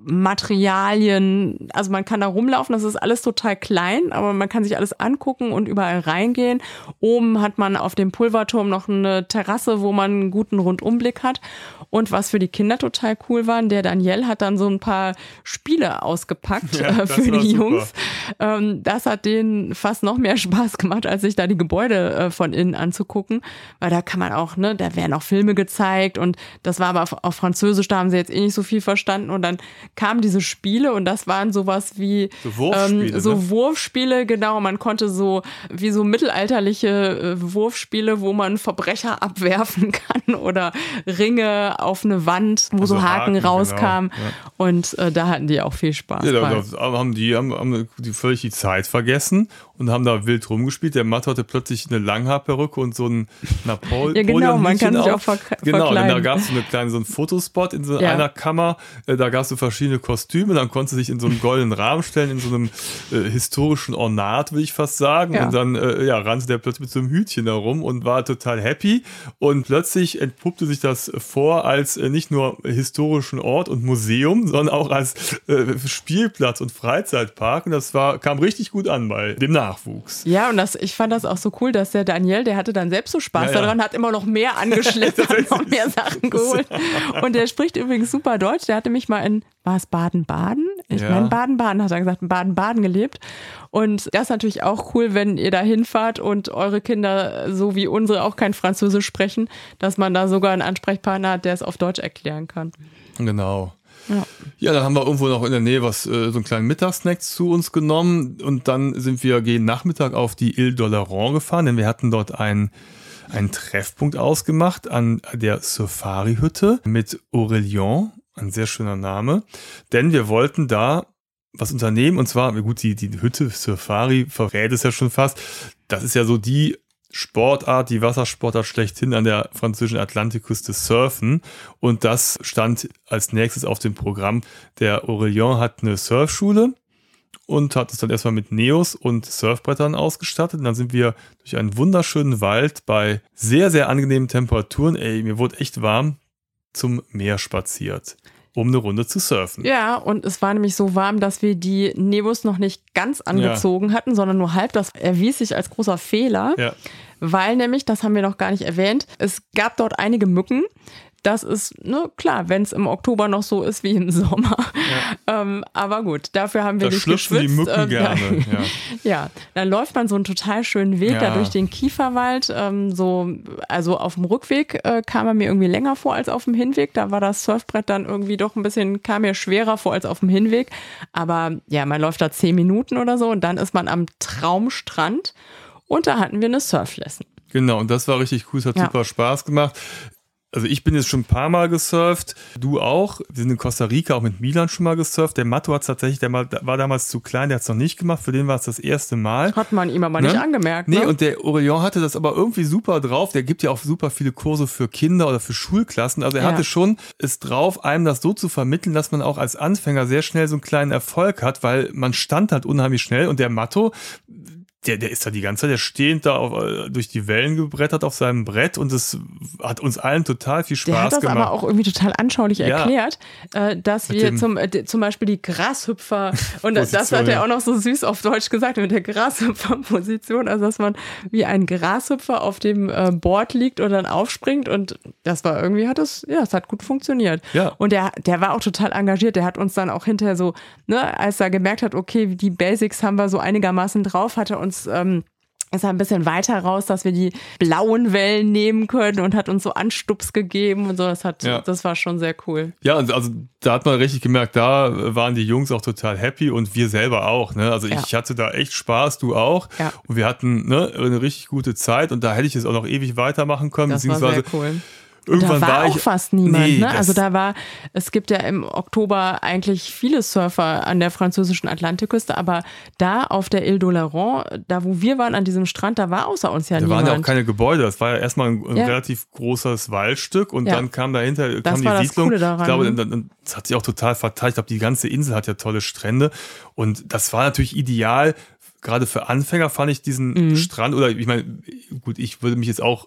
Materialien, also man kann da rumlaufen, das ist alles total klein, aber man kann sich alles angucken und überall reingehen. Oben hat man auf dem Pulverturm noch eine Terrasse, wo man einen guten Rundumblick hat. Und was für die Kinder total cool war, der Daniel hat dann so ein paar Spiele ausgepackt ja, äh, für die super. Jungs. Ähm, das hat denen fast noch mehr Spaß gemacht, als sich da die Gebäude äh, von innen anzugucken, weil da kann man auch, ne, da werden auch Filme gezeigt und das war aber auf, auf Französisch, da haben sie jetzt eh nicht so viel verstanden und dann kamen diese Spiele und das waren sowas wie so Wurfspiele, ähm, so ne? Wurfspiele, genau, man konnte so wie so mittelalterliche äh, Wurfspiele, wo man Verbrecher abwerfen kann oder Ringe auf eine Wand, wo also so Haken, Haken rauskamen genau. ja. und äh, da hatten die auch viel Spaß. Ja, da, bei. da haben die haben, haben die völlig die Zeit vergessen und haben da wild rumgespielt. Der Mathe hatte plötzlich eine Langhaarperücke und so ein Napoleon. Ja, genau, man kann sich auch ver- Genau, und verkleiden. da gab es so eine kleine, so einen Fotospot in so Ja. einer Kammer. Äh, da gab es so verschiedene Kostüme. Dann konnte sich in so einen goldenen Rahmen stellen, in so einem äh, historischen Ornat, will ich fast sagen. Ja. Und dann äh, ja, rannte der plötzlich mit so einem Hütchen da rum und war total happy. Und plötzlich entpuppte sich das vor als äh, nicht nur historischen Ort und Museum, sondern auch als äh, Spielplatz und Freizeitpark. Und das war, kam richtig gut an bei dem Nachwuchs. Ja, und das, ich fand das auch so cool, dass der Daniel, der hatte dann selbst so Spaß Ja, ja. daran, hat immer noch mehr angeschleppt, hat noch mehr Sachen geholt. Und der spricht übrigens super Deutsch. Der hatte mich mal in, war es Baden-Baden? Ich Ja. meine Baden-Baden, hat er gesagt, in Baden-Baden gelebt. Und das ist natürlich auch cool, wenn ihr da hinfahrt und eure Kinder, so wie unsere, auch kein Französisch sprechen, dass man da sogar einen Ansprechpartner hat, der es auf Deutsch erklären kann. Genau. Ja. Ja, dann haben wir irgendwo noch in der Nähe was, äh, so einen kleinen Mittagssnack zu uns genommen und dann sind wir gegen Nachmittag auf die Ile d'Oléron gefahren, denn wir hatten dort einen, einen Treffpunkt ausgemacht an der Safari-Hütte mit Aurélien, ein sehr schöner Name, denn wir wollten da was unternehmen und zwar, gut, die, die Hütte Safari verrät es ja schon fast, das ist ja so die Sportart, die Wassersportart schlechthin an der französischen Atlantikküste surfen und das stand als nächstes auf dem Programm. Der Aurélien hat eine Surfschule und hat es dann erstmal mit Neos und Surfbrettern ausgestattet und dann sind wir durch einen wunderschönen Wald bei sehr, sehr angenehmen Temperaturen, ey, mir wurde echt warm, zum Meer spaziert, um eine Runde zu surfen. Ja, und es war nämlich so warm, dass wir die Nebus noch nicht ganz angezogen ja. hatten, sondern nur halb. Das erwies sich als großer Fehler, ja. weil nämlich, das haben wir noch gar nicht erwähnt, es gab dort einige Mücken. Das ist, ne, klar, wenn es im Oktober noch so ist wie im Sommer. Ja. Ähm, aber gut, dafür haben wir da nicht schlüpfen geschwitzt. die Mücken ähm, gerne. Ja. Ja. ja, dann läuft man so einen total schönen Weg Ja. da durch den Kieferwald. Ähm, so, also auf dem Rückweg äh, kam er mir irgendwie länger vor als auf dem Hinweg. Da war das Surfbrett dann irgendwie doch ein bisschen, kam mir schwerer vor als auf dem Hinweg. Aber ja, man läuft da zehn Minuten oder so und dann ist man am Traumstrand und da hatten wir eine Surflesson. Genau, und das war richtig cool, es hat Ja. super Spaß gemacht. Also ich bin jetzt schon ein paar Mal gesurft, du auch. Wir sind in Costa Rica auch mit Milan schon mal gesurft. Der Matto hat es tatsächlich, der war damals zu klein, der hat es noch nicht gemacht. Für den war es das erste Mal. Hat man ihm aber Ne? nicht angemerkt. Nee, Ne? und der Aurélien hatte das aber irgendwie super drauf. Der gibt ja auch super viele Kurse für Kinder oder für Schulklassen. Also er Ja. hatte schon es drauf, einem das so zu vermitteln, dass man auch als Anfänger sehr schnell so einen kleinen Erfolg hat, weil man stand halt unheimlich schnell und der Matto, Der, der ist da die ganze Zeit, der stehend da auf, äh, durch die Wellen gebrettert auf seinem Brett und es hat uns allen total viel Spaß Der hat das gemacht. aber auch irgendwie total anschaulich Ja. erklärt, äh, dass Mit wir dem- zum, äh, zum Beispiel die Grashüpfer, und das, das Position, hat er ja. auch noch so süß auf Deutsch gesagt, mit der Grashüpfer-Position, also dass man wie ein Grashüpfer auf dem äh, Board liegt und dann aufspringt und das war irgendwie, hat es, ja, es hat gut funktioniert. Ja. Und der, der war auch total engagiert, der hat uns dann auch hinterher so, ne, als er gemerkt hat, okay, die Basics haben wir so einigermaßen drauf, hat er uns ähm, ist er ein bisschen weiter raus, dass wir die blauen Wellen nehmen können und hat uns so Anstups gegeben und so. Das hat, Ja. das war schon sehr cool. Ja, und also da hat man richtig gemerkt, da waren die Jungs auch total happy und wir selber auch. Ne? Also Ja. ich hatte da echt Spaß, du auch. Ja. Und wir hatten ne, eine richtig gute Zeit und da hätte ich es auch noch ewig weitermachen können. Das war beziehungsweise sehr cool. irgendwann Und da war, auch ich, fast niemand. Nee, ne? das- Also da war, es gibt ja im Oktober eigentlich viele Surfer an der französischen Atlantikküste, aber da auf der Ile d'Oléron, da wo wir waren an diesem Strand, da war außer uns ja Da niemand. waren ja auch keine Gebäude, das war ja erstmal ein, ein Ja. relativ großes Waldstück und Ja. dann kam dahinter Das kam war die das Siedlung. Coole daran, Ich glaube, ne? dann- dann- das hat sich auch total verteilt. Ich glaube, die ganze Insel hat ja tolle Strände und das war natürlich ideal. Gerade für Anfänger fand ich diesen Mhm. Strand, oder ich meine, gut, ich würde mich jetzt auch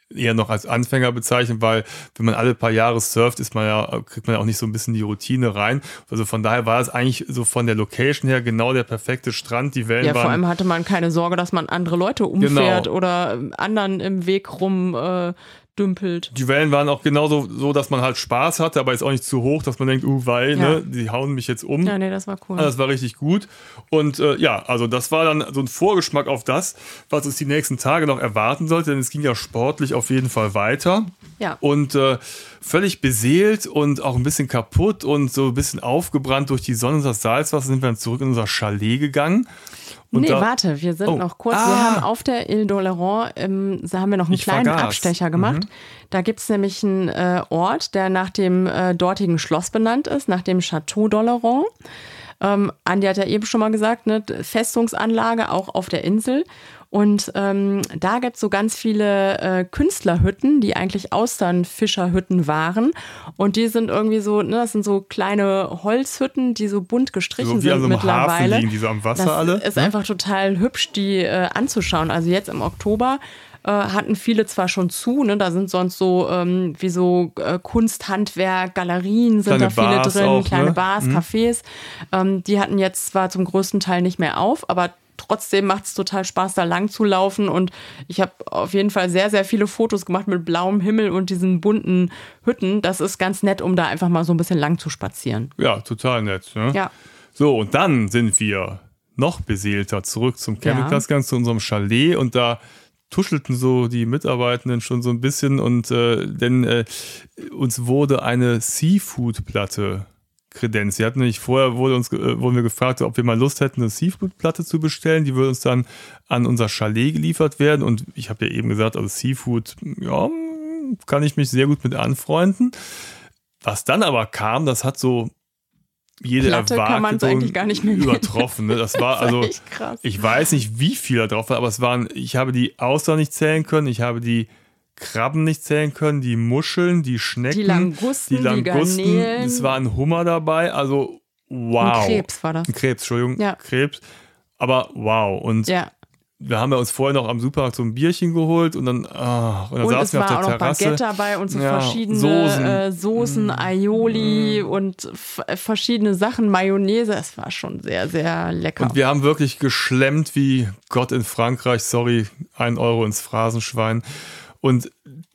eher noch als Anfänger bezeichnen, weil wenn man alle paar Jahre surft, ist man ja, kriegt man ja auch nicht so ein bisschen die Routine rein. Also von daher war es eigentlich so von der Location her genau der perfekte Strand. Die Wellen ja, waren... vor allem hatte man keine Sorge, dass man andere Leute umfährt Genau. oder anderen im Weg rum äh, dümpelt. Die Wellen waren auch genauso so, dass man halt Spaß hatte, aber jetzt auch nicht zu hoch, dass man denkt, uh, weil, Ja. ne, die hauen mich jetzt um. Ja, nee, das war cool. Also das war richtig gut. Und äh, ja, also das war dann so ein Vorgeschmack auf das, was uns die nächsten Tage noch erwarten sollte, denn es ging ja sportlich auf jeden Fall weiter. Ja. Und äh, völlig beseelt und auch ein bisschen kaputt und so ein bisschen aufgebrannt durch die Sonne und das Salzwasser sind wir dann zurück in unser Chalet gegangen. Und nee, da, warte, wir sind oh, noch kurz. ah, Wir haben auf der Ile d'Oléron, ähm, da haben wir noch einen Ich kleinen vergaß. Abstecher gemacht. Mhm. Da gibt es nämlich einen äh, Ort, der nach dem äh, dortigen Schloss benannt ist, nach dem Château d'Oléron. Ähm, Andi hat ja eben schon mal gesagt, ne, Festungsanlage auch auf der Insel. Und ähm, da gibt es so ganz viele äh, Künstlerhütten, die eigentlich Austernfischerhütten waren. Und die sind irgendwie so, ne, das sind so kleine Holzhütten, die so bunt gestrichen so wie sind an so einem mittlerweile. Hafen liegen die so am Wasser das alle. ist ne? einfach total hübsch, die äh, anzuschauen. Also jetzt im Oktober äh, hatten viele zwar schon zu, ne, da sind sonst so ähm, wie so äh, Kunsthandwerk, Galerien sind Kleine da viele Bars drin, auch, kleine ne? Bars, Mhm. Cafés. Ähm, die hatten jetzt zwar zum größten Teil nicht mehr auf, aber trotzdem macht es total Spaß, da lang zu laufen. Und ich habe auf jeden Fall sehr, sehr viele Fotos gemacht mit blauem Himmel und diesen bunten Hütten. Das ist ganz nett, um da einfach mal so ein bisschen lang zu spazieren. Ja, total nett. Ne? Ja. So, und dann sind wir noch beseelter zurück zum Campingplatz gegangen, zu unserem Chalet. Und da tuschelten so die Mitarbeitenden schon so ein bisschen. Und äh, denn äh, uns wurde eine Seafood-Platte Kredenz. Sie hatten nämlich vorher wurde uns, äh, wurden wir gefragt, ob wir mal Lust hätten, eine Seafood-Platte zu bestellen. Die würde uns dann an unser Chalet geliefert werden. Und ich habe ja eben gesagt, also Seafood, ja, kann ich mich sehr gut mit anfreunden. Was dann aber kam, das hat so jede Platte kann man's Erwartung eigentlich gar nicht mehr nennen. übertroffen. Ne? Das war Das war also, echt krass. ich weiß nicht, wie viel da drauf war, aber es waren, ich habe die Austern nicht zählen können, ich habe die Krabben nicht zählen können, die Muscheln, die Schnecken, Die Langusten, die Langusten, die Garnelen. es war ein Hummer dabei, also wow. Ein Krebs war das. Ein Krebs, Entschuldigung, Ja. Krebs. Aber wow. Und Ja. wir haben ja uns vorher noch am Supermarkt so ein Bierchen geholt und dann, ah, und dann Und es saßen wir auf war der auch noch Terrasse. Baguette dabei und so Ja, verschiedene Soßen. Soßen, äh, Soßen Aioli und f- äh, verschiedene Sachen, Mayonnaise. Es war schon sehr, sehr lecker. Und wir haben wirklich geschlemmt wie Gott in Frankreich, sorry, ein Euro ins Phrasenschwein. Und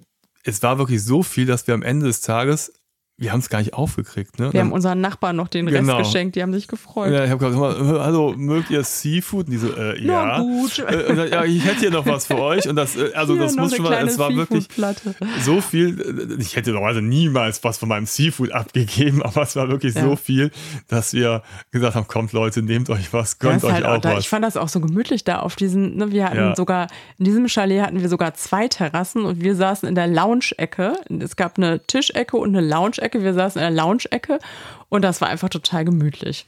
es war wirklich so viel, dass wir am Ende des Tages, wir haben es gar nicht aufgekriegt. Ne? Wir Dann, haben unseren Nachbarn noch den Genau. Rest geschenkt, die haben sich gefreut. ja, ich habe gesagt, hör mal, hallo, mögt ihr Seafood? Und die so, äh, Na ja. gut. Äh, und dann, ja, ich hätte hier noch was für euch. Und das, äh, also Hier das noch muss eine schon mal, kleine es war wirklich Seafood-Platte. so viel. Ich hätte normalerweise niemals was von meinem Seafood abgegeben, aber es war wirklich Ja. so viel, dass wir gesagt haben, kommt Leute, nehmt euch was, Ja, gönnt ist euch halt auch da, was. ich fand das auch so gemütlich da auf diesen, ne, wir hatten Ja. sogar, in diesem Chalet hatten wir sogar zwei Terrassen und wir saßen in der Lounge-Ecke. Es gab eine Tischecke und eine Lounge-Ecke. Wir saßen in der Lounge-Ecke und das war einfach total gemütlich.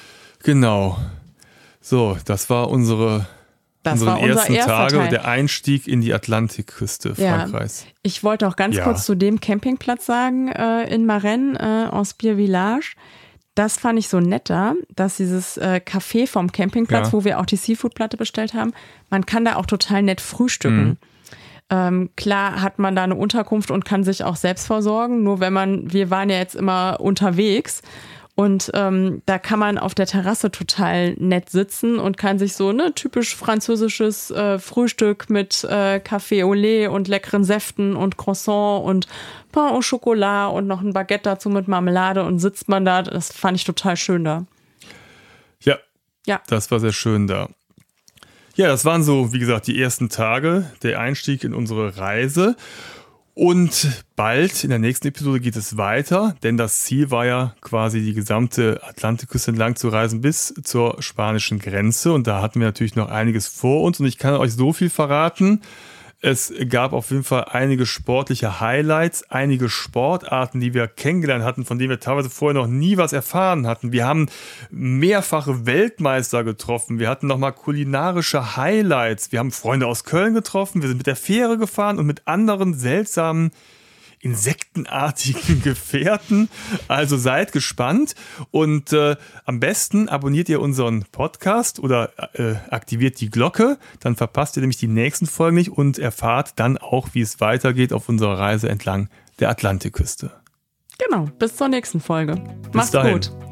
Genau. So, das war unsere Das unseren war unser ersten erster Tage Teil. und der Einstieg in die Atlantikküste Ja. Frankreichs. Ich wollte auch ganz Ja. kurz zu dem Campingplatz sagen, äh, in Marennes, äh, en Spire Village. Das fand ich so nett da, dass dieses äh, Café vom Campingplatz, Ja. wo wir auch die Seafood-Platte bestellt haben, man kann da auch total nett frühstücken. Mhm. Ähm, klar hat man da eine Unterkunft und kann sich auch selbst versorgen, nur wenn man, wir waren ja jetzt immer unterwegs und ähm, da kann man auf der Terrasse total nett sitzen und kann sich so ne typisch französisches äh, Frühstück mit äh, Café au lait und leckeren Säften und Croissant und Pain au Chocolat und noch ein Baguette dazu mit Marmelade und sitzt man da, das fand ich total schön da. Ja, Ja. das war sehr schön da. Ja, das waren so, wie gesagt, die ersten Tage, der Einstieg in unsere Reise. Und bald, in der nächsten Episode, geht es weiter, denn das Ziel war ja quasi die gesamte Atlantikküste entlang zu reisen bis zur spanischen Grenze. Und da hatten wir natürlich noch einiges vor uns. Und ich kann euch so viel verraten. Es gab auf jeden Fall einige sportliche Highlights, einige Sportarten, die wir kennengelernt hatten, von denen wir teilweise vorher noch nie was erfahren hatten. Wir haben mehrfache Weltmeister getroffen. Wir hatten nochmal kulinarische Highlights. Wir haben Freunde aus Köln getroffen. Wir sind mit der Fähre gefahren und mit anderen seltsamen insektenartigen Gefährten. Also seid gespannt und äh, am besten abonniert ihr unseren Podcast oder äh, aktiviert die Glocke, dann verpasst ihr nämlich die nächsten Folgen nicht und erfahrt dann auch, wie es weitergeht auf unserer Reise entlang der Atlantikküste. Genau, bis zur nächsten Folge. Bis Macht's dahin. gut.